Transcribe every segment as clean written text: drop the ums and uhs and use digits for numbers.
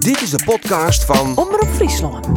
Dit is de podcast van Omroep Friesland.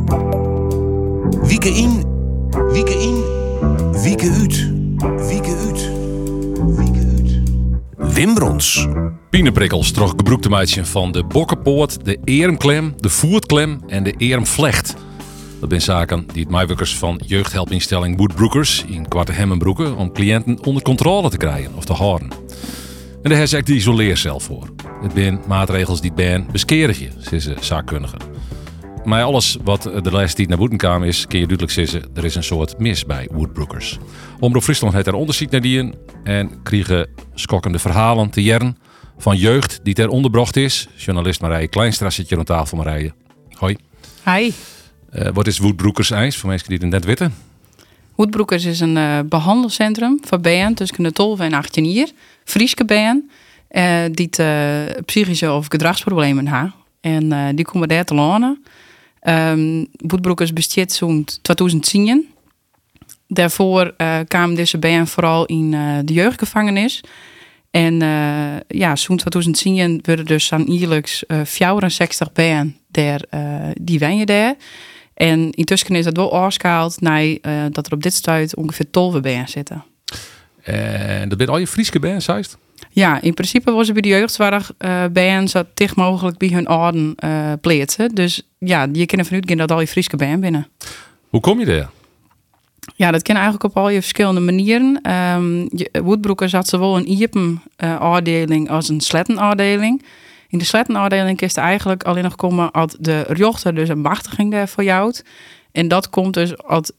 Wieke in, Wieke in, Wieke uit, Wieke uit, Wieke uit. Wim Brons. Pieneprikkels trok gebroekte meidje van de bokkenpoort, de eremklem, de voetklem en de eremvlecht. Dat zijn zaken die het medewerkers van jeugdhelpinstelling Woodbrookers in Kwartenhemmenbroeken om cliënten onder controle te krijgen of te houden. En daar heeft ze de isoleercel voor. Het zijn maatregels die het beskerigen, zeggen ze zaakkundigen. Maar alles wat de laatste tijd naar buiten kwam is, kun je duidelijk zeggen, er is een soort mis bij Woodbrookers. Omroep Friesland heeft er onderzoek naar die en kregen schokkende verhalen te jern van jeugd die ter onderbracht is. Journalist Marije Kleinstra zit hier aan tafel, Marije. Hoi. Hi. Wat is Woodbrookers eis voor mensen die het net weten? Woodbrookers is een behandelcentrum voor bijen tussen de 12 en 18 jaar. Frieske bijen die psychische of gedragsproblemen hebben. En die komen daar te lenen. Woodbrookers bestaat zo'n 2010. Daarvoor kwamen deze bijen vooral in de jeugdgevangenis. En zo'n 2010 werden dus aan ierlijks 64 bijen daar, die wen je daar. En intussen is dat wel afgeschaald naar dat er op dit stuit ongeveer 12 bijen zitten. En dat ben al je Frieske bijen, zei je? Ja, in principe was ze bij de jeugdzorg bijen zo dicht mogelijk bij hun ouden plaatsen. Dus ja, je kan ervan uitgaan dat al je Frieske bijen binnen. Hoe kom je daar? Ja, dat kan eigenlijk op al je verschillende manieren. Woodbrookers had zowel een iepen-afdeling als een slettenafdeling. In de slettenafdeling is er eigenlijk alleen nog komen als de rechter dus een machtiging daarvoor jouwt. En dat komt dus als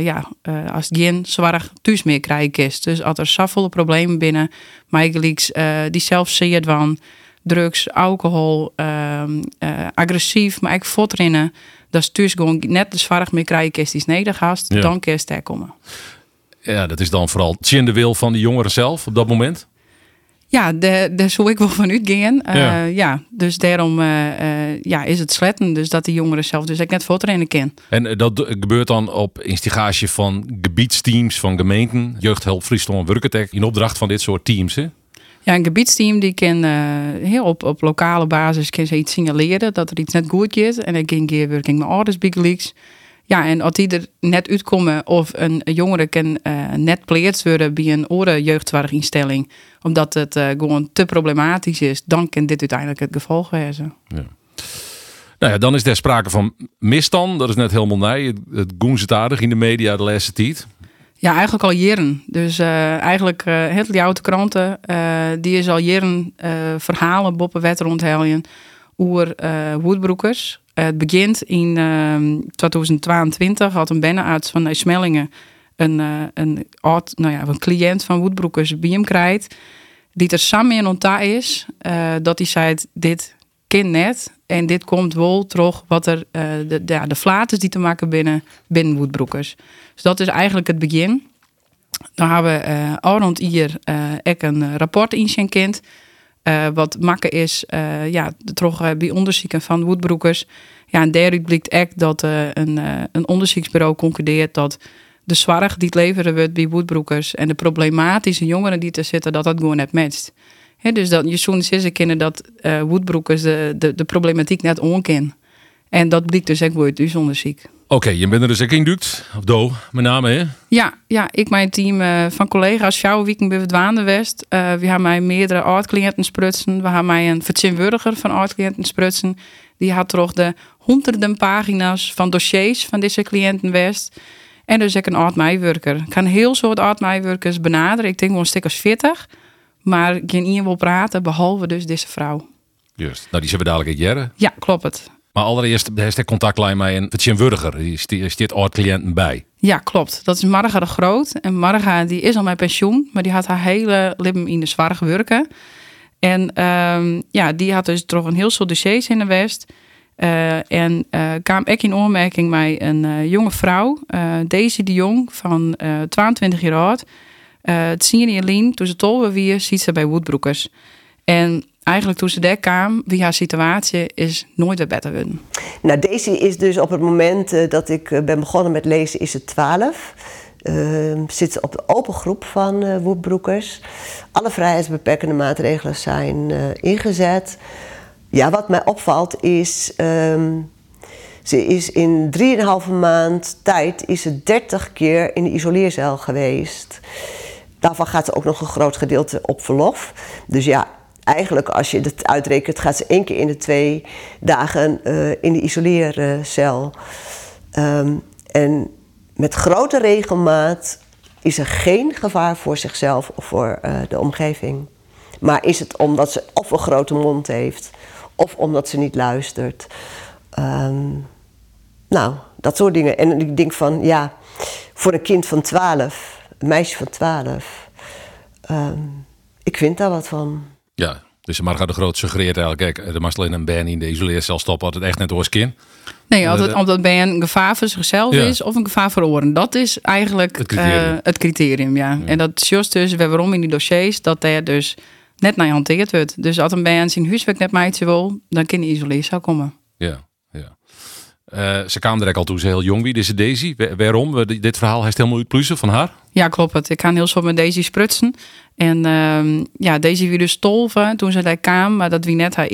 geen zorg thuis meer krijgen kist. Dus als er zoveel problemen binnen, maar die zelf zeer van drugs, alcohol, agressief, maar ook voortrennen. Dat is thuis gewoon net de zorg meer krijgen kist die is nedergast, ja. Dan kerst daar komen. Ja, dat is dan vooral in de wil van de jongeren zelf op dat moment? Ja, daar zou ik wel van uitgaan. Dus daarom is het sletten. Dus dat de jongeren zelf dus ook net voortrainen kan. En dat gebeurt dan op instigatie van gebiedsteams van gemeenten. Jeugdhulp Friesland Worketek in opdracht van dit soort teams, hè? Ja, een gebiedsteam die kan heel op lokale basis kan ze iets signaleren dat er iets net goed is. En dan kan ik werking met ouders bigleaks. Ja, en als die er net uitkomen of een jongere kan net pleegd worden bij een andere jeugdzorginstelling, omdat het gewoon te problematisch is, dan kan dit uiteindelijk het gevolg wezen. Ja. Nou ja, dan is er sprake van misstand. Dat is net helemaal nee. Het goenzetaardig in de media de laatste tijd. Ja, eigenlijk al jaren. Dus eigenlijk het oude kranten, die is al jaren verhalen boppen wet rondhelden over Woodbrookers. Het begint in 2022 had een binnenarts van Smellingen een cliënt van Woodbrookers bij hem krijgt, die er samen in ontdekt is, dat hij zei, dit kind net en dit komt wel terug wat er de flates die te maken binnen Woodbrookers. Dus dat is eigenlijk het begin. Dan hebben we rond hier ook een rapport inschenkind. Wat makken is, terug bij onderzoeken van Woodbrookers. Ja, en daaruit blijkt echt dat een onderzoeksbureau concludeert dat de zorg die het leveren wordt bij Woodbrookers en de problematische jongeren die er zitten, dat gewoon net matcht. He, dus dat je zo'n zeggen kunnen dat Woodbrookers de problematiek net onken. En dat blijkt dus echt uit uw onderzoek. Oké, je bent er dus ook in dukt, of do, met name, hè? Ja, ik mijn team van collega's, jouw weekend bij het Waandewest. We hebben mij meerdere oud-cliënten sprutsen. We hebben mij een vertegenwoordiger van oud-cliënten sprutsen. Die had toch de honderden pagina's van dossiers van deze cliënten west. En dus ik een oud-meewerker. Ik kan heel soort oud-meewerkers benaderen. Ik denk wel een stuk als 40. Maar geen iemand wil praten, behalve dus deze vrouw. Juist. Nou, die zullen we dadelijk jaren. Ja, klopt het. Maar allereerst heeft hij contactlijn met een vertegenwoordiger. Die zit oud-cliënten bij. Ja, klopt. Dat is Marga de Groot. En Marga die is al met pensioen, maar die had haar hele leven in de zorg werken. En die had dus toch een heel soort dossiers in de West. En kwam ik in aanmerking met een jonge vrouw, Daisy de Jong, van 22 jaar oud. Het zien in Lien, toen ze 12 was, ziet ze bij Woodbrookers. En eigenlijk toen ze daar kwam, wie haar situatie is nooit weer beter worden. Nou, Daisy is dus op het moment dat ik ben begonnen met lezen, is ze 12. Zit op de open groep van Woodbrookers. Alle vrijheidsbeperkende maatregelen zijn ingezet. Ja, wat mij opvalt is... ze is in 3,5 maand tijd is ze 30 keer in de isoleercel geweest. Daarvan gaat ze ook nog een groot gedeelte op verlof. Dus ja, eigenlijk als je het uitrekent... gaat ze 1 keer in de 2 dagen in de isoleercel. En met grote regelmaat is er geen gevaar voor zichzelf of voor de omgeving. Maar is het omdat ze of een grote mond heeft... of omdat ze niet luistert... Nou, dat soort dingen. En ik denk van, ja, voor een kind van 12, een meisje van 12, ik vind daar wat van. Ja, dus Marga de Groot suggereert eigenlijk, kijk, er mag alleen een Ben in de isoleercel stoppen, had het echt net oorskinn. Nee, altijd omdat Ben een gevaar voor zichzelf is of een gevaar voor oren. Dat is eigenlijk het criterium, ja. En dat is juist dus waarom in die dossiers dat daar dus net naar hanteerd wordt. Dus als een Ben zijn huiswerk net maatje wil, dan kan die isoleercel komen. Ja. Ze kwam direct al toen ze heel jong wie. Dit is Daisy. Waarom? Dit verhaal heeft helemaal uitpluizen van haar? Ja, klopt. Ik ga heel zo met Daisy sprutsen. En Daisy wie dus tolven toen ze daar kwam. Maar dat wie net haar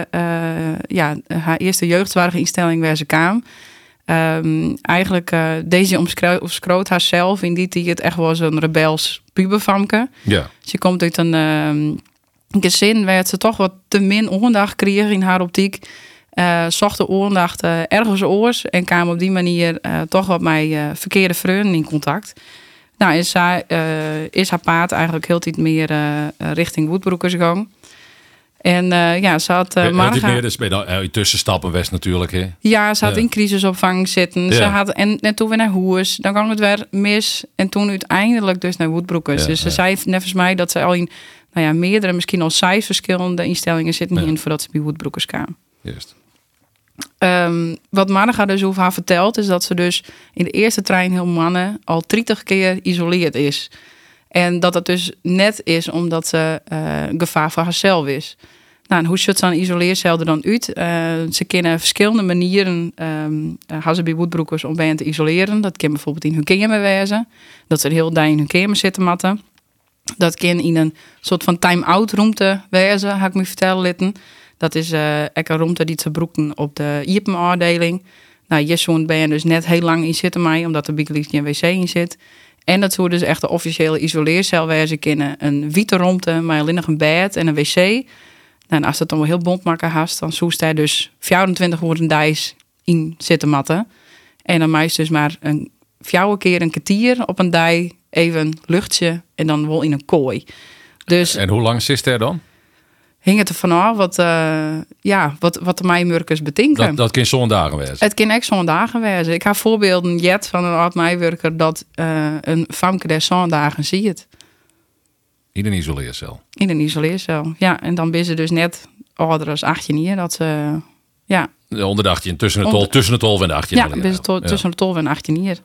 eerste jeugdzorginstelling waar ze kwam. Eigenlijk Daisy omschroot haarzelf in die het echt was een rebels puberfamke. Ja. Ze komt uit een gezin waar ze toch wat te min aandacht kreeg in haar optiek. Zocht de aandacht ergens oors en kwam op die manier toch wat met verkeerde vrienden in contact. Nou, is haar paard eigenlijk heel iets meer richting Woodbroekers gegaan. En ze had Marga... meer, dus bij tussenstappen west natuurlijk, hè? Ja, ze had in crisisopvang zitten. Ja. Ze had, en toen weer naar Hoers. Dan ging het weer mis. En toen uiteindelijk dus naar Woodbroekers. Ja, dus ze zei nevens mij dat ze al in meerdere, misschien al 6 verschillende instellingen zitten hierin voordat ze bij Woodbroekers kwam. Juist. Wat Marga dus over haar vertelt, is dat ze dus in de eerste trein heel mannen al 30 keer isoleerd is. En dat het dus net is omdat ze gevaar voor haarzelf is. Nou, en hoe ziet zo'n isoleercel er dan uit? Ze kennen verschillende manieren ze bij Woodbroekers om bij te isoleren. Dat kan bijvoorbeeld in hun kamer wezen. Dat ze de hele dag in hun kamer zitten matten. Dat kan in een soort van time-out ruimte wezen, ga ik me vertellen litten. Dat is een ruimte die ze broeken op de IEPM-afdeling. Nou, Jessoen ben je dus net heel lang in zitten mee, omdat er bij geen wc in zit. En dat zou dus echt de officiële isoleercel wezen kunnen. Een witte ruimte met alleen nog een bed en een wc. Nou, en als dat dan wel heel bond maken haast, dan zoest hij dus 24 woorden dijs in zitten matten. En dan meest dus maar een 4 keer een kwartier op een dij, even luchtje en dan wel in een kooi. Dus, en hoe lang zit er dan? Hing het er vanaf wat de mijnwerkers betinken. Dat kan zo'n dagen wezen? Het kan echt zo'n dagen wezen. Ik heb voorbeelden jet van een oud mijnwerker dat een famke der zo'n dagen zie het. In een isoleercel? In een isoleercel, ja. En dan ben ze dus net ouder als 18 jaar. Dat ze, ja. Onder de 18, tussen de 12 en de 18 jaar. Ja, tussen de 12 en 18 jaar.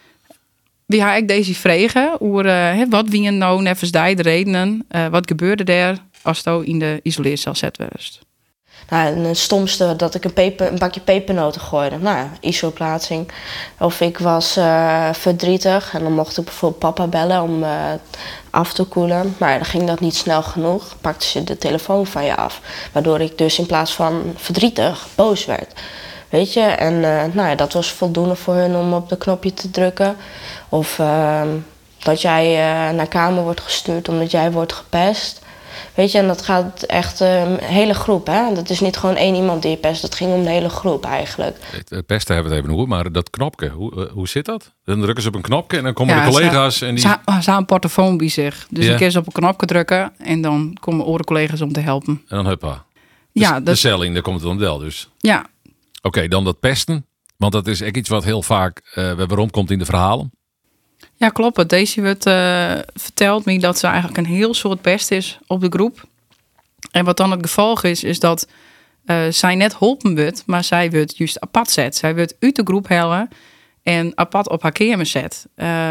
Wie ga ik deze vragen? Wat wien nou nevens die de redenen? Wat gebeurde er als je in de isoleercel zet werd? Nou, het stomste dat ik een bakje pepernoten gooide. Nou ja, isoplaatsing. Of ik was verdrietig en dan mocht ik bijvoorbeeld papa bellen om af te koelen. Maar dan ging dat niet snel genoeg. Pakte ze de telefoon van je af. Waardoor ik dus in plaats van verdrietig boos werd. Weet je, en dat was voldoende voor hun om op de knopje te drukken. Of dat jij naar kamer wordt gestuurd omdat jij wordt gepest. Weet je, en dat gaat echt een hele groep, hè. Dat is niet gewoon 1 iemand die je pest, dat ging om de hele groep eigenlijk. Het pesten hebben we het even over, maar dat knopje, hoe zit dat? Dan drukken ze op een knopje en dan komen de collega's en die... Ze een portofoon bij zich. Dus een keer ze op een knopje drukken en dan komen andere collega's om te helpen. En dan huppa. Ja, de cel in, daar komt het dan wel dus. Ja. Oké, dan dat pesten. Want dat is echt iets wat heel vaak waarom komt in de verhalen. Ja, klopt. Daisy wordt verteld me dat ze eigenlijk een heel soort pest is op de groep. En wat dan het gevolg is dat zij net holpen wordt, maar zij wordt juist apart zet. Zij wordt uit de groep hellen en apart op haar kamer zet.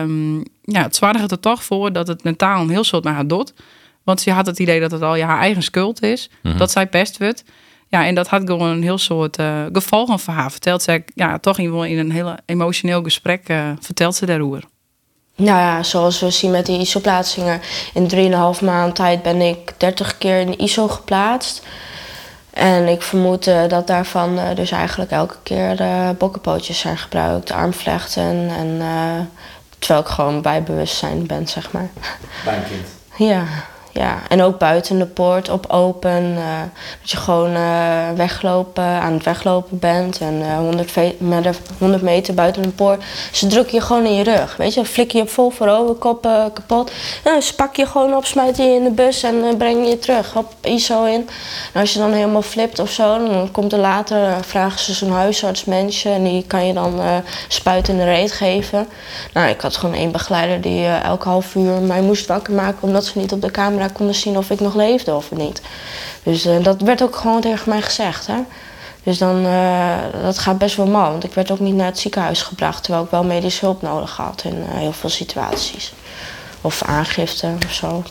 Het zorgt er toch voor dat het mentaal een heel soort met haar doet. Want ze had het idee dat het al haar eigen schuld is, dat zij pest wordt. Ja, en dat had gewoon een heel soort gevolgen voor haar. Vertelt zij, toch in een heel emotioneel gesprek vertelt ze daarover. Nou ja, zoals we zien met die ISO-plaatsingen. In 3,5 maand tijd ben ik 30 keer in de ISO geplaatst. En ik vermoed dat daarvan dus eigenlijk elke keer bokkenpootjes zijn gebruikt, armvlechten. En terwijl ik gewoon bij bewustzijn ben, zeg maar. Bij een kind? Ja. En ook buiten de poort op open. Dat je gewoon aan het weglopen bent. En 100 meter buiten de poort. Ze drukken je gewoon in je rug. Weet je, dan flikken je vol voorover, kop kapot. En ze pakken je gewoon op, smijten je in de bus en brengen je terug. Hop, ISO in. En als je dan helemaal flipt of zo, dan komt er later, vragen ze zo'n huisartsmensje. En die kan je dan spuit in de reet geven. Nou, ik had gewoon 1 begeleider die elke half uur mij moest wakker maken. Omdat ze niet op de camera konden zien of ik nog leefde of niet. Dus dat werd ook gewoon tegen mij gezegd. Hè? Dus dan, dat gaat best wel mal. Want ik werd ook niet naar het ziekenhuis gebracht. Terwijl ik wel medische hulp nodig had in heel veel situaties. Of aangifte of zo.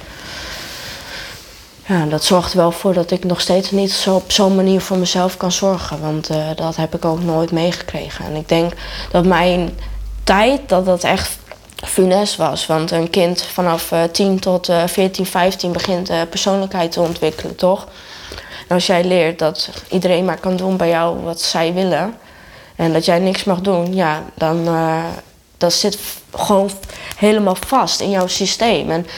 Ja, dat zorgt er wel voor dat ik nog steeds niet zo op zo'n manier voor mezelf kan zorgen. Want dat heb ik ook nooit meegekregen. En ik denk dat mijn tijd, dat echt funest was. Want een kind vanaf 10 tot 14, 15 begint persoonlijkheid te ontwikkelen, toch? En als jij leert dat iedereen maar kan doen bij jou wat zij willen en dat jij niks mag doen, ja, dan dat zit gewoon helemaal vast in jouw systeem. En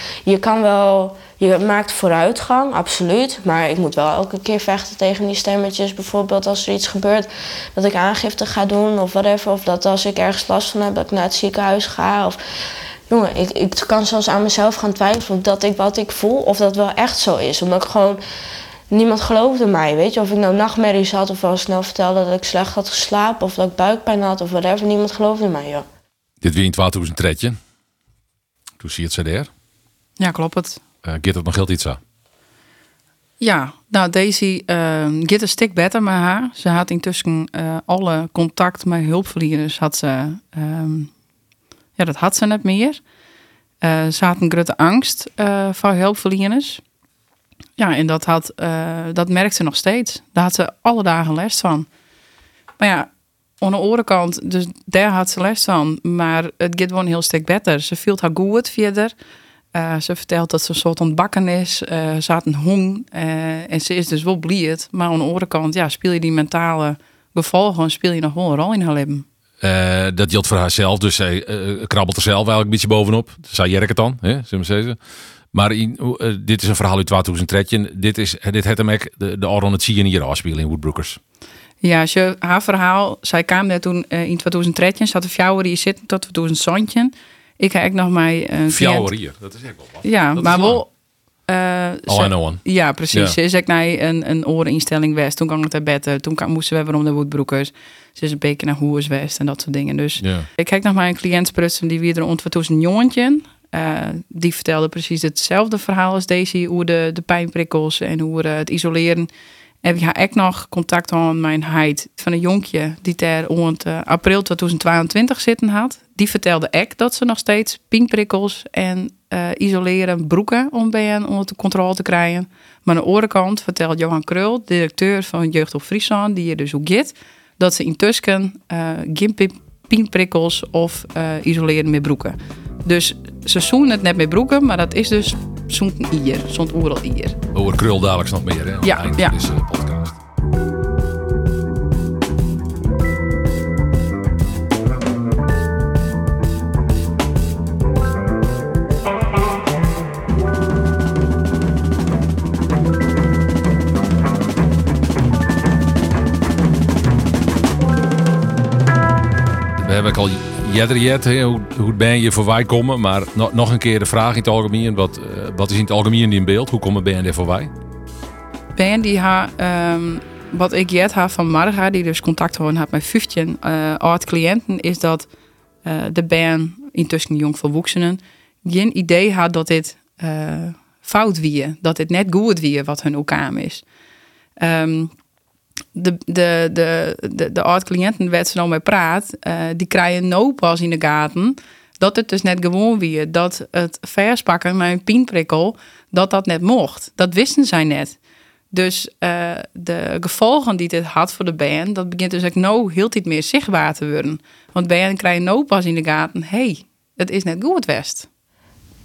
je maakt vooruitgang, absoluut. Maar ik moet wel elke keer vechten tegen die stemmetjes. Bijvoorbeeld als er iets gebeurt, dat ik aangifte ga doen of whatever. Of dat als ik ergens last van heb, dat ik naar het ziekenhuis ga. Of, jongen, ik kan zelfs aan mezelf gaan twijfelen dat ik wat ik voel, of dat wel echt zo is. Omdat ik gewoon, niemand geloofde mij, weet je. Of ik nou nachtmerries had of wel snel vertelde dat ik slecht had geslapen. Of dat ik buikpijn had of whatever. Niemand geloofde mij, joh. Dit weer in 2003. Toen zie je het CDR. Ja, klopt het. Gaat het nog heel iets aan? Ja, nou Daisy gaat een stuk beter met haar. Ze had intussen alle contact met hulpverleners had ze, dat had ze net meer. Ze had een grote angst voor hulpverleners. Ja, en dat merkt ze nog steeds. Daar had ze alle dagen les van. Maar ja, aan de andere kant, dus daar had ze les van. Maar het gaat gewoon een heel stuk beter. Ze voelt haar goed verder. Ze vertelt dat ze een soort ontbakken is. Ze had een honger. En ze is dus wel blied. Maar aan de andere kant, ja, speel je die mentale gevolgen, speel je nog wel een rol in haar leven. Dat geldt voor haarzelf. Dus zij krabbelt er zelf eigenlijk een beetje bovenop. Zij jerkt het dan, hè, zullen we zeggen. Maar dit is een verhaal uit 2003. Dit heeft hem ook de Aron het zien hier afspelen in Woodbrookers. Ja, haar verhaal, zij kwam daar toen in 2003. Ze had een fjouwer hier zitten tot 2000. Ik heb nog maar een fjouwer hier, dat is echt wel wat. Ja, dat maar wel. All I know one. Ja, precies. Ja. Ze is ook naar een oreninstelling West. Toen ging het er beter. Toen moesten we weer om de Woodbrookers. Ze is een beetje naar Hoers West en dat soort dingen. Dus ik heb nog maar een cliënt sprutsen die weer er rond 2000 die vertelde precies hetzelfde verhaal als Daisy. Hoe de pijnprikkels en hoe het isoleren. Heb ik haar echt nog contact met mijn heid van een jonkje die ter april 2022 zitten had. Die vertelde ik dat ze nog steeds pijnprikkels en isoleren broeken om bij hen onder de controle te krijgen. Maar aan de andere kant vertelt Johan Krul, directeur van Jeugdhulp Friesland, die je dus ook get, dat ze intussen geen pijnprikkels of isoleren met broeken. Dus ze zoenen het net met broeken, maar dat is dus zo'n ier, zo'n oeral ier. Over Krul dadelijk nog meer, hè? Aan het eind van deze podcast. We hebben al hoe ben je voorbij komen? Maar nog een keer de vraag in het algemeen. Wat is in het algemeen in beeld? Hoe komen Ben er voorbij? Ben die wat ik jet had van Marga, die dus contact had met 15 oud-cliënten, is dat de Ben, intussen jong volwassenen, geen idee had dat dit fout wie, dat dit net goed wie wat hun elkaar is. De oud-cliënten waar ze nou mee praat, die krijgen nou pas in de gaten dat het dus net gewoon wie, dat het verspakken met een pienprikkel, dat net mocht. Dat wisten zij net. Dus de gevolgen die dit had voor de band, dat begint dus ook nou heel tijd meer zichtbaar te worden. Want band krijgen nou pas in de gaten, hey, het is net goed west.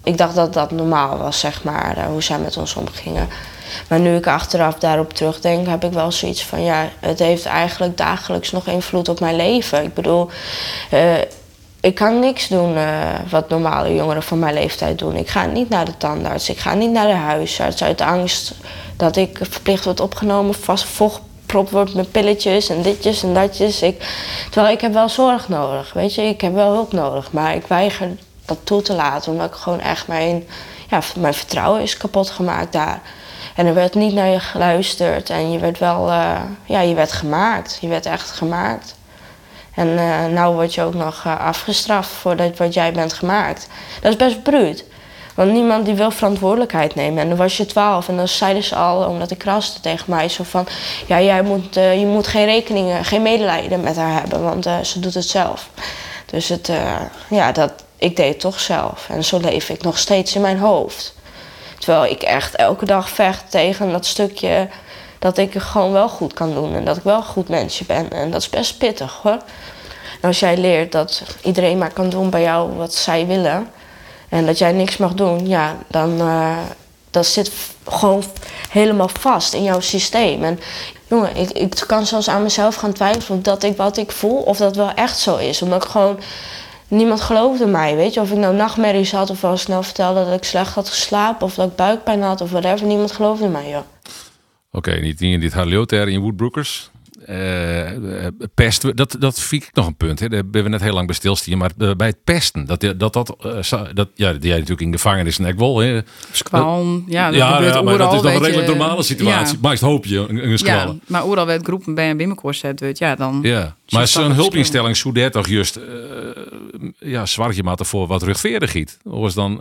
Ik dacht dat dat normaal was, zeg maar, hoe zij met ons omgingen. Maar nu ik achteraf daarop terugdenk, heb ik wel zoiets van... ja, het heeft eigenlijk dagelijks nog invloed op mijn leven. Ik bedoel, ik kan niks doen wat normale jongeren van mijn leeftijd doen. Ik ga niet naar de tandarts, ik ga niet naar de huisarts... uit angst dat ik verplicht word opgenomen, vast volgepropt word met pilletjes en ditjes en datjes. Terwijl ik heb wel zorg nodig, weet je. Ik heb wel hulp nodig, maar ik weiger dat toe te laten... omdat ik gewoon echt mijn vertrouwen is kapot gemaakt daar... En er werd niet naar je geluisterd en je werd wel, je werd gemaakt. Je werd echt gemaakt. En nou word je ook nog afgestraft voor wat jij bent gemaakt. Dat is best bruut. Want niemand die wil verantwoordelijkheid nemen. En dan was je 12 en dan zeiden ze al, omdat ik kraste tegen mij, zo van... ja, je moet geen medelijden met haar hebben, want ze doet het zelf. Dus ik deed het toch zelf. En zo leef ik nog steeds in mijn hoofd. Terwijl ik echt elke dag vecht tegen dat stukje dat ik het gewoon wel goed kan doen. En dat ik wel een goed mensje ben. En dat is best pittig, hoor. En als jij leert dat iedereen maar kan doen bij jou wat zij willen... en dat jij niks mag doen, ja, dan dat zit gewoon helemaal vast in jouw systeem. En jongen, ik kan zelfs aan mezelf gaan twijfelen dat wat ik voel... of dat wel echt zo is. Omdat ik gewoon... Niemand geloofde mij, weet je. Of ik nou nachtmerries had of wel snel vertelde dat ik slecht had geslapen... of dat ik buikpijn had of whatever. Niemand geloofde mij, joh. Oké, niet in dit Harlioter in Woodbrookers. Pesten, dat vind ik nog een punt. Hè. Daar hebben we net heel lang bij stilstaan. Maar bij het pesten, dat jij natuurlijk in gevangenis en ik wel. Hè. Squalm, maar dat is nog een redelijk normale situatie. Ja. Meest hoop je een squalm. Ja, maar overal werd groepen bij een binnenkoers zet, weet ja, dan. Ja, maar zo'n hulpinstelling zou daar toch juist zwart je maar voor wat rugverig giet. Of dan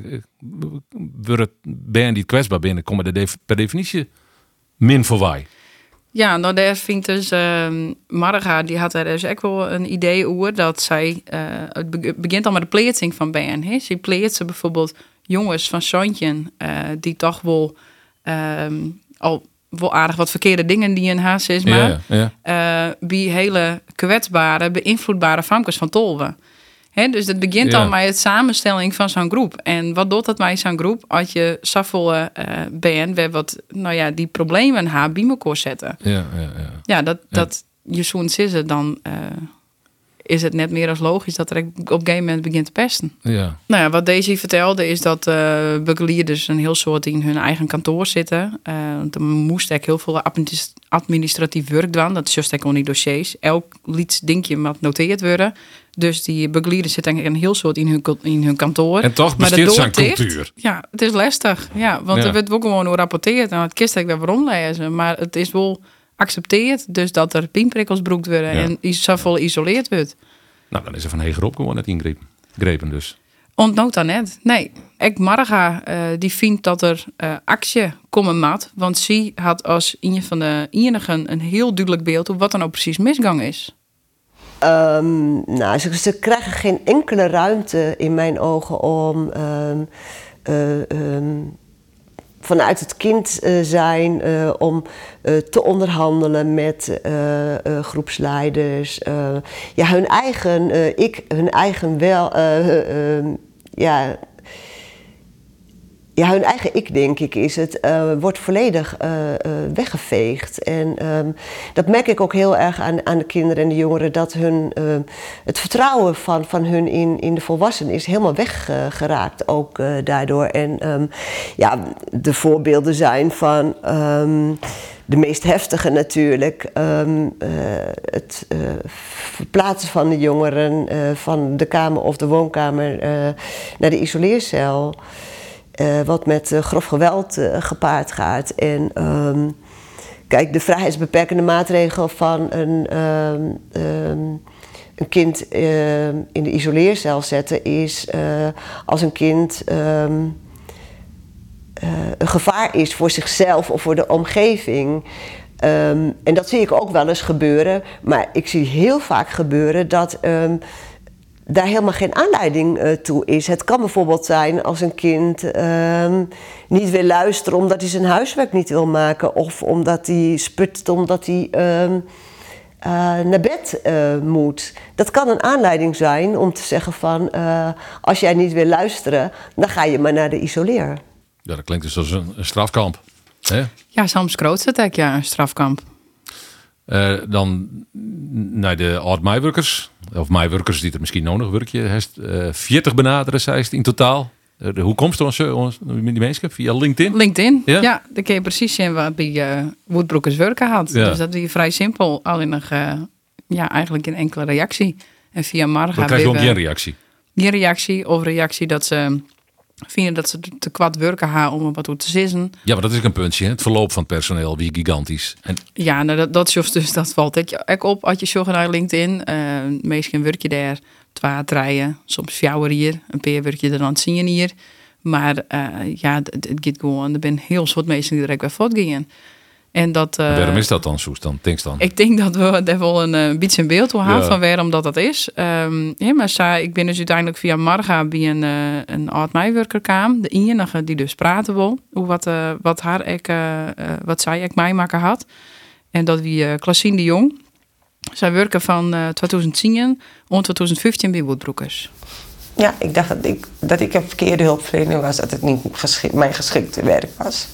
ben die kwetsbaar binnen, komen per definitie min voorbij. Ja, nou daar vindt dus Marga, die had er dus ook wel een idee over dat zij, het begint al met de plaatsing van Ben. Hè? Ze plaatsen bijvoorbeeld jongens van Sontje die toch wel al wel aardig wat verkeerde dingen die in huis is, maar bij hele kwetsbare, beïnvloedbare famkes van Tolwe. He, dus het begint al met het samenstelling van zo'n groep. En wat doet dat bij zo'n groep? Als je zoveel bent, wat die problemen haar bij elkaar zetten. Dat je zo'n zitten, dan is het net meer als logisch dat er op een gegeven moment begint te pesten. Ja. Nou ja, wat Daisy vertelde is dat begeleiders een heel soort in hun eigen kantoor zitten. Er moest eigenlijk heel veel administratief werk doen. Dat is juist eigenlijk niet dossiers. Elk dingetje moet noteerd worden. Dus die begeleiders zitten een heel soort in hun kantoor. En toch besteedt zijn cultuur. Ja, het is lastig. Ja, want er wordt ook gewoon gerapporteerd. En het kist ik wel waarom lezen. Maar het is wel accepteerd. Dus dat er pinprikkels broekt worden en zoveel geïsoleerd wordt. Nou, dan is er van hegerop gewoon net ingrepen dus. Ontnota net. Nee, ik Marga die vindt dat er actie komen moet. Want ze had als een van de enigen een heel duidelijk beeld op wat er nou precies misgang is. Ze krijgen geen enkele ruimte in mijn ogen om vanuit het kind zijn, om te onderhandelen met groepsleiders. Hun eigen hun eigen ik, denk ik, is het, wordt volledig weggeveegd. En dat merk ik ook heel erg aan de kinderen en de jongeren, dat het vertrouwen van hun in de volwassenen is helemaal weggeraakt, ook daardoor. En de voorbeelden zijn van de meest heftige natuurlijk, het verplaatsen van de jongeren van de kamer of de woonkamer naar de isoleercel. Wat met grof geweld gepaard gaat. En kijk, de vrijheidsbeperkende maatregel van een kind in de isoleercel zetten is als een kind een gevaar is voor zichzelf of voor de omgeving. En dat zie ik ook wel eens gebeuren. Maar ik zie heel vaak gebeuren dat daar helemaal geen aanleiding toe is. Het kan bijvoorbeeld zijn als een kind niet wil luisteren omdat hij zijn huiswerk niet wil maken, of omdat hij sput, omdat hij naar bed moet. Dat kan een aanleiding zijn om te zeggen van... als jij niet wil luisteren, dan ga je maar naar de isoleer. Ja, dat klinkt dus als een strafkamp. Hè? Ja, soms grootste het ja, een strafkamp. Dan naar de oud-mijwerkers. Of mijwerkers die er misschien nodig werkje. 40 benaderen, zei het in totaal. Hoe komt het die mensen? Via LinkedIn? LinkedIn, Ja? ja. Dan kun je precies zien wat bij Woodbroekers werken had. Ja. Dus dat is vrij simpel. Alleen nog, eigenlijk een enkele reactie. En via Marga... Dan krijg je ook geen reactie. Geen reactie of reactie dat ze vinden dat ze te kwad werken hebben om er wat toe te zissen. Ja, maar dat is ook een puntje. Hè? Het verloop van het personeel, wie gigantisch. En Ja, nou, dat valt ook op als je zoekt naar LinkedIn. Meestal werk je daar 2, 3, soms 4 hier. Een paar werk je er dan 10 hier. Maar het gaat gewoon. Er zijn heel soort mensen die direct weer voortgingen. En dat... waarom is dat dan, Soes? Ik denk dat we daar wel een beetje een beeld toe hebben van waarom dat is. Maar ik ben dus uiteindelijk via Marga bij een oud-mijwerker kwam. De enige die dus praten wil. Wat zij ik mij maken had. En dat wie Klaasien de Jong. Zij werken van 2010 en 2015 bij Woodbroekers. Ja, ik dacht dat ik een verkeerde hulpverlener was. Dat het niet mijn geschikte werk was.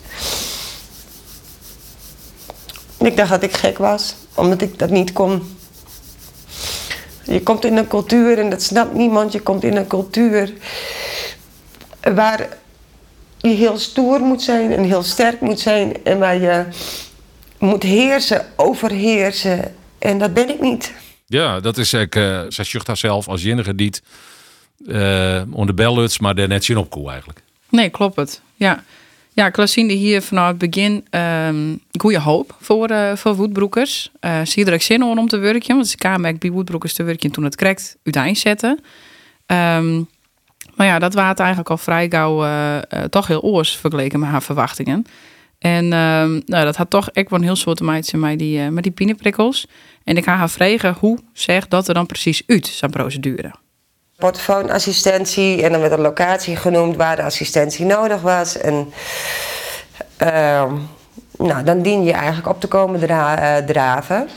Ik dacht dat ik gek was, omdat ik dat niet kon. Je komt in een cultuur en dat snapt niemand. Je komt in een cultuur waar je heel stoer moet zijn en heel sterk moet zijn. En waar je moet heersen, overheersen. En dat ben ik niet. ja, dat is eigenlijk... zij zucht haarzelf als enige die onder de bel luts, maar daar net zien opkoe eigenlijk. Nee, klopt het. Ja. Ja, Klaasien die hier vanaf het begin goede hoop voor Woodbroekers. Zie je er ook zin om te werken, want ze kwamen bij Woodbroekers te werken toen het correct uiteindelijk zetten. Maar ja, dat was eigenlijk al vrij gauw toch heel oors vergeleken met haar verwachtingen. En dat had toch echt wel een heel soort meidje met die pieneprikkels. En ik ga haar vragen hoe zegt dat er dan precies uit, zo'n procedure. Portofoonassistentie en dan werd een locatie genoemd waar de assistentie nodig was. En dan dien je eigenlijk op te komen draven.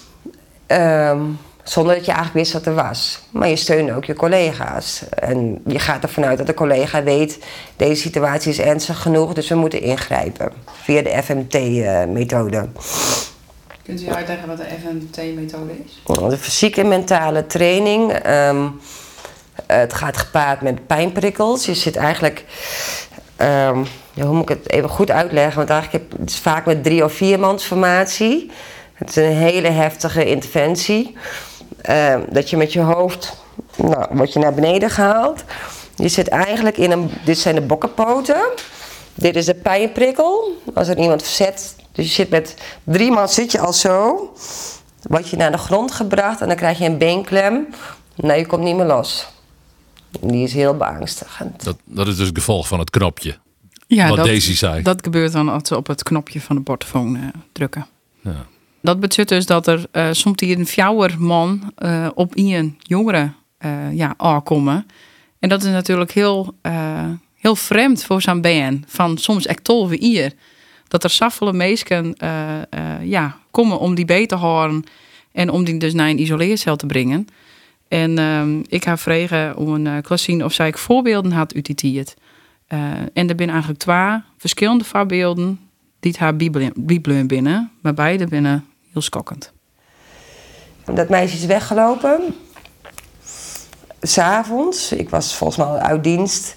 Zonder dat je eigenlijk wist wat er was. Maar je steunt ook je collega's. En je gaat ervan uit dat de collega weet, deze situatie is ernstig genoeg, dus we moeten ingrijpen. Via de FMT-methode. Kunt u uitleggen wat de FMT-methode is? De fysieke en mentale training. Het gaat gepaard met pijnprikkels. Je zit eigenlijk... hoe moet ik het even goed uitleggen? Want eigenlijk het is vaak met 3 of 4 mansformatie. Het is een hele heftige interventie. Dat je met je hoofd... word je naar beneden gehaald. Je zit eigenlijk in een... Dit zijn de bokkenpoten. Dit is de pijnprikkel. Als er iemand verzet... Dus je zit met 3 man zit je al zo. Word je naar de grond gebracht en dan krijg je een beenklem. Nou, je komt niet meer los. Die is heel beangstigend. Dat is dus het gevolg van het knopje. Ja, wat Daisy zei. Dat gebeurt dan als ze op het knopje van de portofoon drukken. Ja. Dat betekent dus dat er soms hier een fjouwer man op een jongere aankomen. En dat is natuurlijk heel vreemd voor zo'n band. Van soms echt tol weer hier. Dat er zoveel mensen komen om die beter te houden. En om die dus naar een isoleercel te brengen. En ik ga vragen om een Klaasien of zij voorbeelden had uit die tijd. En er zijn eigenlijk 2 verschillende voorbeelden die haar bibelen binnen. Maar beide binnen heel schokkend. Dat meisje is weggelopen. 's Avonds. Ik was volgens mij al uit dienst.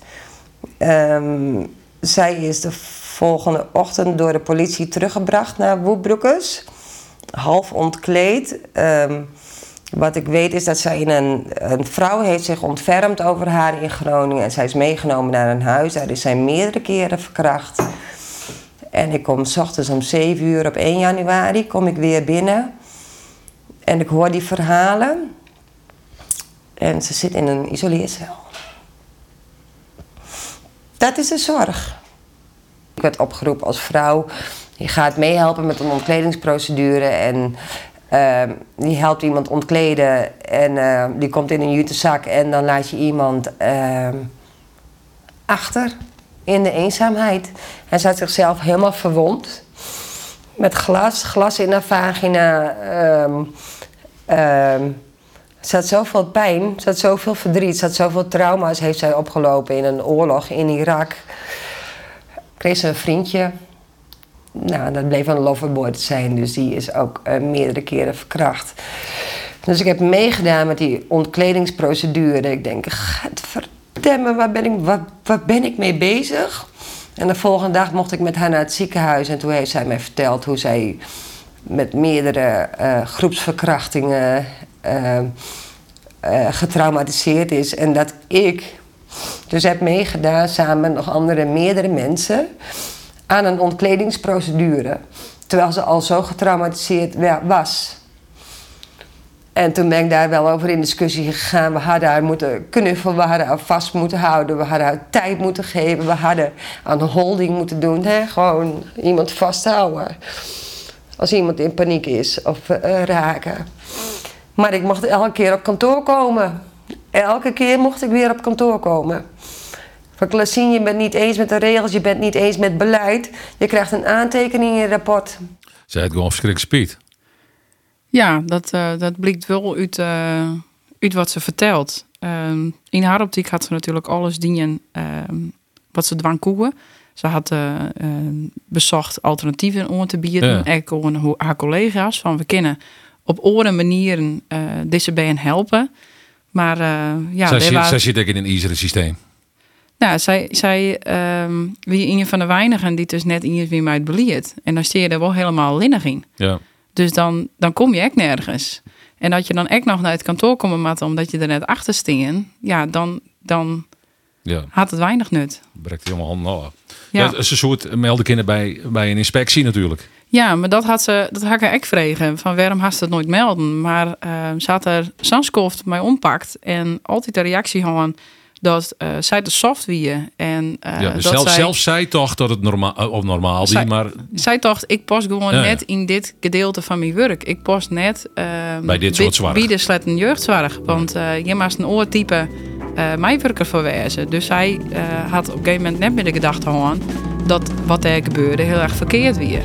Zij is de volgende ochtend door de politie teruggebracht naar Woodbroekers. Half ontkleed. Wat ik weet is dat zij een vrouw heeft zich ontfermd over haar in Groningen. En zij is meegenomen naar een huis. Daar is zij meerdere keren verkracht. En ik kom 's ochtends om 7 uur op 1 januari kom ik weer binnen. En ik hoor die verhalen. En ze zit in een isoleercel. Dat is de zorg. Ik werd opgeroepen als vrouw. Je gaat meehelpen met een ontkledingsprocedure. En die helpt iemand ontkleden. En die komt in een jute zak. En dan laat je iemand achter in de eenzaamheid. En ze had zichzelf helemaal verwond. met glas in haar vagina. Ze had zoveel pijn, ze had zoveel verdriet, ze had zoveel trauma's heeft zij opgelopen in een oorlog in Irak. Kreeg ze een vriendje. Nou, dat bleef een loverboy te zijn, dus die is ook meerdere keren verkracht. Dus ik heb meegedaan met die ontkledingsprocedure. Ik denk, gadverdamme, waar ben ik mee bezig? En de volgende dag mocht ik met haar naar het ziekenhuis. En toen heeft zij mij verteld hoe zij met meerdere groepsverkrachtingen getraumatiseerd is. En dat ik dus heb meegedaan samen met nog meerdere mensen aan een ontkledingsprocedure. Terwijl ze al zo getraumatiseerd was. En toen ben ik daar wel over in discussie gegaan. We hadden haar moeten knuffelen, we hadden haar vast moeten houden, we hadden haar tijd moeten geven, we hadden aan holding moeten doen. Hè? Gewoon iemand vasthouden als iemand in paniek is of raken. Maar ik mocht elke keer op kantoor komen. Elke keer mocht ik weer op kantoor komen. Van Classien, je bent niet eens met de regels, je bent niet eens met beleid. Je krijgt een aantekening in je rapport. Zij had gewoon verschrikkelijk speed. Ja, dat blijkt wel uit wat ze vertelt. In haar optiek had ze natuurlijk alles dienen wat ze dwang koeien. Ze had bezocht alternatieven aan te bieden. Ja. Ook haar collega's. Van we kunnen op andere manieren deze bij hen helpen. Maar zij zit ook in een ijzeren systeem. Nou, zij wie een van de weinigen die dus net in wie mij het beleert. En dan steer je er wel helemaal linnig in. Ja. Dus dan kom je echt nergens. En dat je dan echt nog naar het kantoor komt matten omdat je er net achter steen, ja, dan had het weinig nut. Breekt helemaal handen af. Ja. Ze soort melden kinderen bij een inspectie natuurlijk. Ja, maar dat had ik echt vregen. Van waarom had ze het nooit melden? Maar ze had er Sanskoft mij ompakt en altijd de reactie gewoon dat zij te soft wie en zelfs zij toch dat het normaal was, maar zij dacht ik pas gewoon net in dit gedeelte van mijn werk. Ik pas net bij dit soort zorg. Bij de slechte jeugdzorg, want je maakt een oortype mijwerker verwezen. Dus zij had op een gegeven moment net met de gedachte gewoon dat wat er gebeurde heel erg verkeerd weer.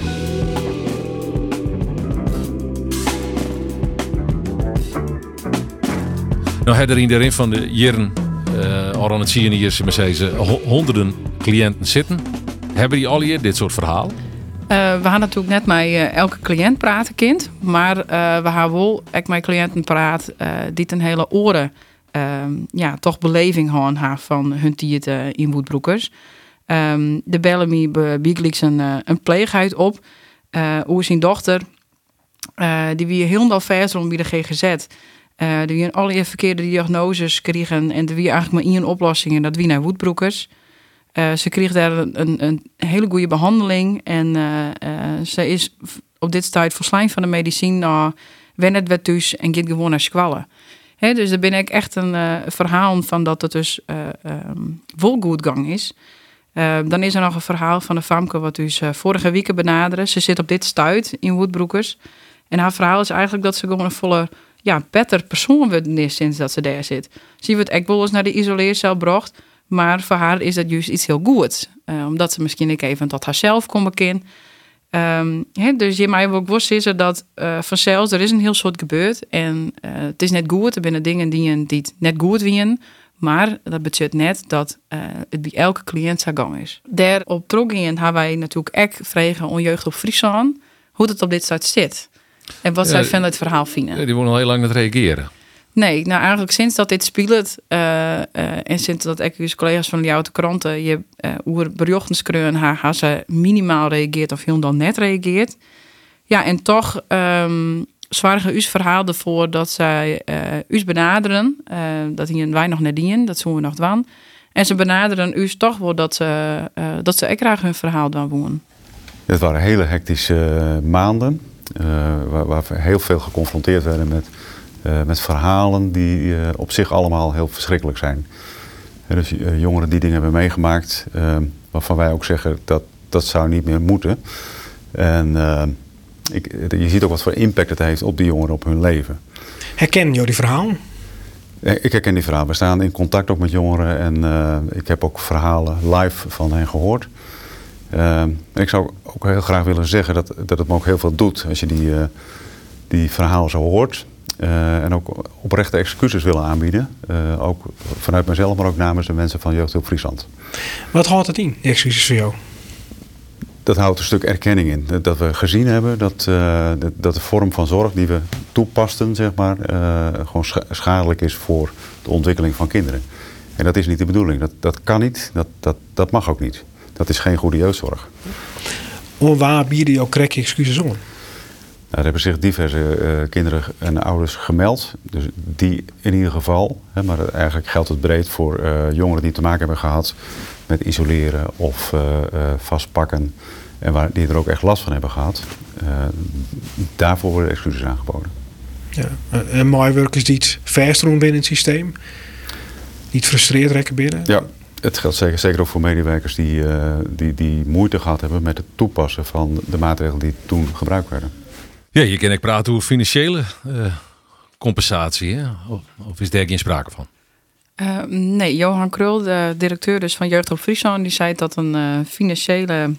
Nou, er in de rin van de jaren al aan het zien hier met honderden cliënten zitten. Hebben die al hier dit soort verhalen? We gaan natuurlijk net met elke cliënt praten, kind. Maar we gaan wel echt met cliënten praten die een hele oren toch beleving hebben van hun tijd in Woodbroekers. De bellen me biegelijks een pleeghuis op. Hoe zijn dochter, die wie heel verder om bij de GGZ. Die wie alle verkeerde diagnoses kregen en die wie eigenlijk maar één oplossing en dat wie naar Woodbroekers. Ze kreeg daar een hele goede behandeling en ze is op dit tijd verslijn van de medicijn wen het weer thuis en gaat gewoon naar squallen. Dus daar ben ik echt een verhaal van dat het dus wel goed gang is. Dan is er nog een verhaal van een famke wat dus vorige weken benaderen. Ze zit op dit stuit in Woodbroekers en haar verhaal is eigenlijk dat ze gewoon een volle beter persoon wordt is sinds dat ze daar zit. Ze wordt echt wel eens naar de isoleercel gebracht, maar voor haar is dat juist iets heel goeds. Omdat ze misschien ook even tot haarzelf komen kan. Dus je mij ook wel zeggen dat vanzelfs er is een heel soort gebeurd en het is net goed. Er zijn dingen die het net goed winnen, maar dat betekent net dat het bij elke cliënt zo gang is. Daarop teruggaan hebben wij natuurlijk ook vragen aan Jeugd op Friesland hoe het op dit soort zit. En wat zij van het verhaal vinden. Die willen al heel lang niet reageren. Nee, nou eigenlijk sinds dat dit speelt en sinds dat ik dus collega's van de oude kranten je over berichten schreeuwen haar ze minimaal reageert of heel dan net reageert. Ja, en toch zwaargen uw verhaal ervoor dat zij u benaderen, dat hier een weinig net dienen, dat zullen we nog doen. En ze benaderen u toch wel dat ze ook graag hun verhaal doen wonen. Het waren hele hectische maanden. Waar we heel veel geconfronteerd werden met verhalen die op zich allemaal heel verschrikkelijk zijn. Dus jongeren die dingen hebben meegemaakt, waarvan wij ook zeggen dat zou niet meer moeten. En je ziet ook wat voor impact het heeft op die jongeren, op hun leven. Herken je die verhalen? Ik herken die verhalen. We staan in contact ook met jongeren en ik heb ook verhalen live van hen gehoord. En ik zou ook heel graag willen zeggen dat het me ook heel veel doet als je die verhalen zo hoort. En ook oprechte excuses willen aanbieden. Ook vanuit mezelf, maar ook namens de mensen van Jeugdhulp Friesland. Wat houdt het in, die excuses voor jou? Dat houdt een stuk erkenning in. Dat we gezien hebben dat de vorm van zorg die we toepasten, zeg maar, gewoon schadelijk is voor de ontwikkeling van kinderen. En dat is niet de bedoeling. Dat kan niet. Dat mag ook niet. Dat is geen goede jeugdzorg. Waar bieden jouw cracky excuses om? Er hebben zich diverse kinderen en ouders gemeld. Dus die in ieder geval. Hè, maar eigenlijk geldt het breed voor jongeren die te maken hebben gehad met isoleren of vastpakken. En die er ook echt last van hebben gehad. Daarvoor worden excuses aangeboden. Ja. En mijwerkers die het verst doen binnen het systeem? Die het frustreerd rekken binnen? Ja, het geldt zeker ook voor medewerkers die moeite gehad hebben met het toepassen van de maatregelen die toen gebruikt werden. Ja, je kan ook praten over financiële compensatie. Hè? Of is daar geen sprake van? Nee, Johan Krul, de directeur dus van Jeugdhulp Friesland, die zei dat een financiële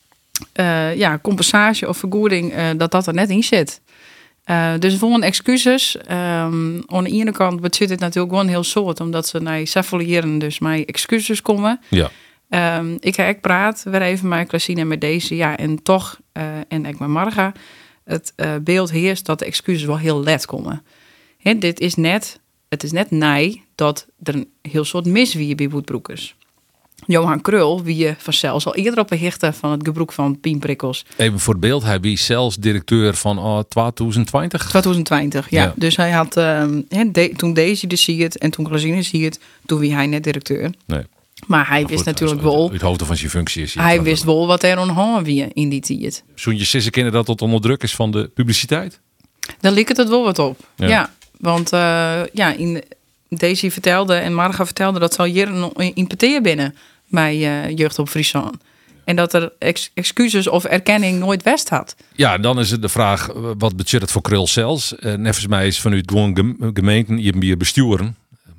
compensatie of vergoeding, dat er net in zit. Dus voor een excuses. Aan de ene kant bezit het natuurlijk gewoon heel soort, omdat ze naar Savolieren dus met excuses komen. Ja. Ik heb praat weer even met Klasine en met deze, ja, en toch, en ik met Marga, het beeld heerst dat de excuses wel heel let komen. Het is net nee dat er een heel soort mis wie bij Woodbroekers. Johan Krul, wie je vanzelfs al eerder op een hichte van het gebruik van pienprikkels. Even voor het beeld, hij was zelfs directeur van 2020. 2020, ja. Dus hij had, toen Daisy de zie het en toen Klasine zie het, toen wie hij net directeur. Nee. Maar hij wist natuurlijk wel. Het hoofd van zijn functie is. Hij wist wel wat er aan wie in die tijd. Zo'n je sissen kennen dat het onder druk is van de publiciteit? Dan liep het wel wat op. Ja. Want Daisy vertelde en Marga vertelde dat ze al jaren in peteer binnen bij Jeugdhulp Friesland. En dat er excuses of erkenning nooit west had. Ja, dan is het de vraag, wat betekent het voor Krul zelfs? Nevens mij is vanuit gewoon gemeenten, je besturen,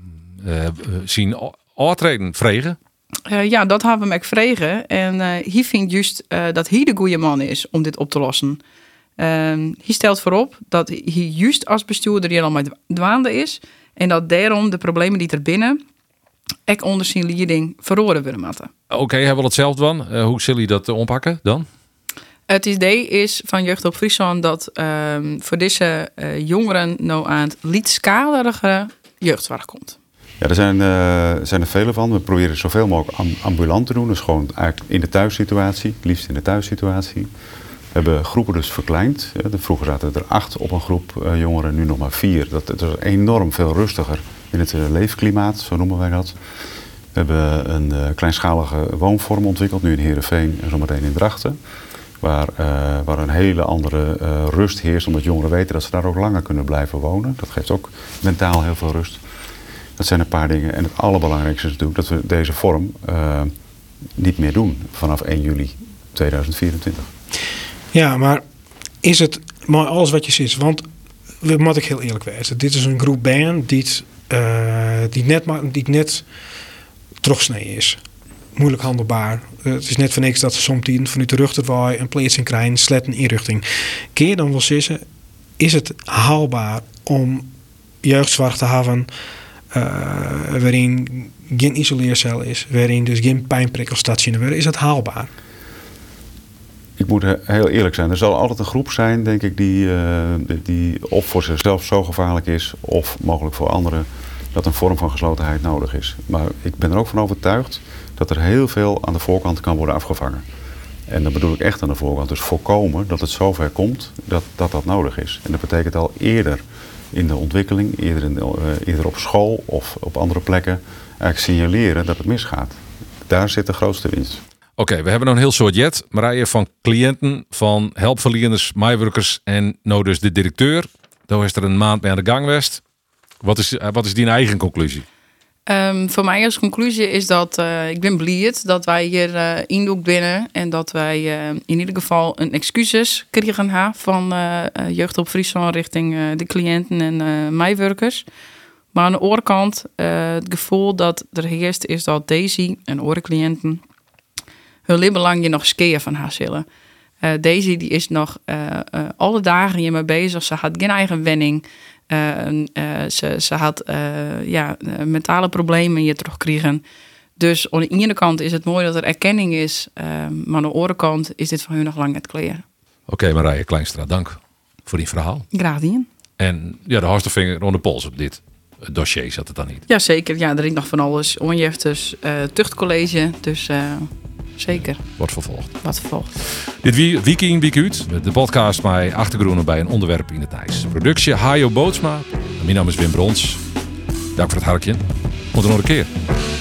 zien aantreden, vregen. Ja, dat hebben we hem vregen. En hij vindt juist dat hij de goede man is om dit op te lossen. Hij stelt voorop dat hij juist als bestuurder hier al met dwaande is. En dat daarom de problemen die er binnen ook onder zijn leiding verloren worden moeten. Oké, hij wil hetzelfde van. Hoe zullen je dat oppakken dan? Het idee is van Jeugdhulp Friesland dat voor deze jongeren nou aan het lietskalerige jeugdzorg komt. Ja, er zijn er vele van. We proberen zoveel mogelijk ambulant te doen. Dus gewoon eigenlijk in de thuissituatie, het liefst in de thuissituatie. We hebben groepen dus verkleind. Vroeger zaten er 8 op een groep jongeren, nu nog maar 4. Dat is enorm veel rustiger in het leefklimaat, zo noemen wij dat. We hebben een kleinschalige woonvorm ontwikkeld, nu in Heerenveen en zometeen in Drachten. Waar een hele andere rust heerst, omdat jongeren weten dat ze daar ook langer kunnen blijven wonen. Dat geeft ook mentaal heel veel rust. Dat zijn een paar dingen. En het allerbelangrijkste is natuurlijk dat we deze vorm niet meer doen vanaf 1 juli 2024. Ja, maar is het maar alles wat je ziet? Want moet ik heel eerlijk wezen. Dit is een groep band die net terugsnee is. Moeilijk handelbaar. Het is net van niks dat ze soms vanuit de rugterwaai een plaatsing krijgen, sletten inrichting. Kun je dan wel zeggen, is het haalbaar om jeugdzorg te hebben waarin geen isoleercel is, waarin dus geen pijnprikkel stationeren? Is dat haalbaar? Ik moet heel eerlijk zijn. Er zal altijd een groep zijn, denk ik, die of voor zichzelf zo gevaarlijk is, of mogelijk voor anderen, dat een vorm van geslotenheid nodig is. Maar ik ben er ook van overtuigd dat er heel veel aan de voorkant kan worden afgevangen. En dan bedoel ik echt aan de voorkant. Dus voorkomen dat het zover komt dat nodig is. En dat betekent al eerder in de ontwikkeling, eerder op school of op andere plekken, eigenlijk signaleren dat het misgaat. Daar zit de grootste winst. Oké, we hebben nog een heel soort jet. Marije, van cliënten, van helpverleners, mijwerkers en nou dus de directeur. Daar is er een maand mee aan de gang geweest. Wat is die eigen conclusie? Voor mij als conclusie is dat ik ben blij dat wij hier indoek binnen en dat wij in ieder geval een excuses kregen van Jeugdhulp Friesland richting de cliënten en mijwerkers. Maar aan de andere kant het gevoel dat er heerst is dat Daisy en andere cliënten hun leven lang je nog skeer van haar zullen. Daisy die is nog alle dagen hiermee bezig. Ze had geen eigen wenning. Ze had mentale problemen hier terugkregen. Dus aan de ene kant is het mooi dat er erkenning is. Maar aan de andere kant is dit voor hun nog lang net klaar. Oké, Marije Kleinstra, dank voor die verhaal. Graag gedaan. En ja, de hardste vinger rond de pols op dit dossier zat het dan niet. Jazeker, ja, er is nog van alles. Onjeft dus tuchtcollege, dus zeker. Wordt vervolgd. Wat vervolgd. Dit Week in, Week uit. De podcast met achtergronden bij een onderwerp in het ijs. Productie Hajo Bootsma. Mijn naam is Wim Brons. Dank voor het harkje. Tot een andere keer.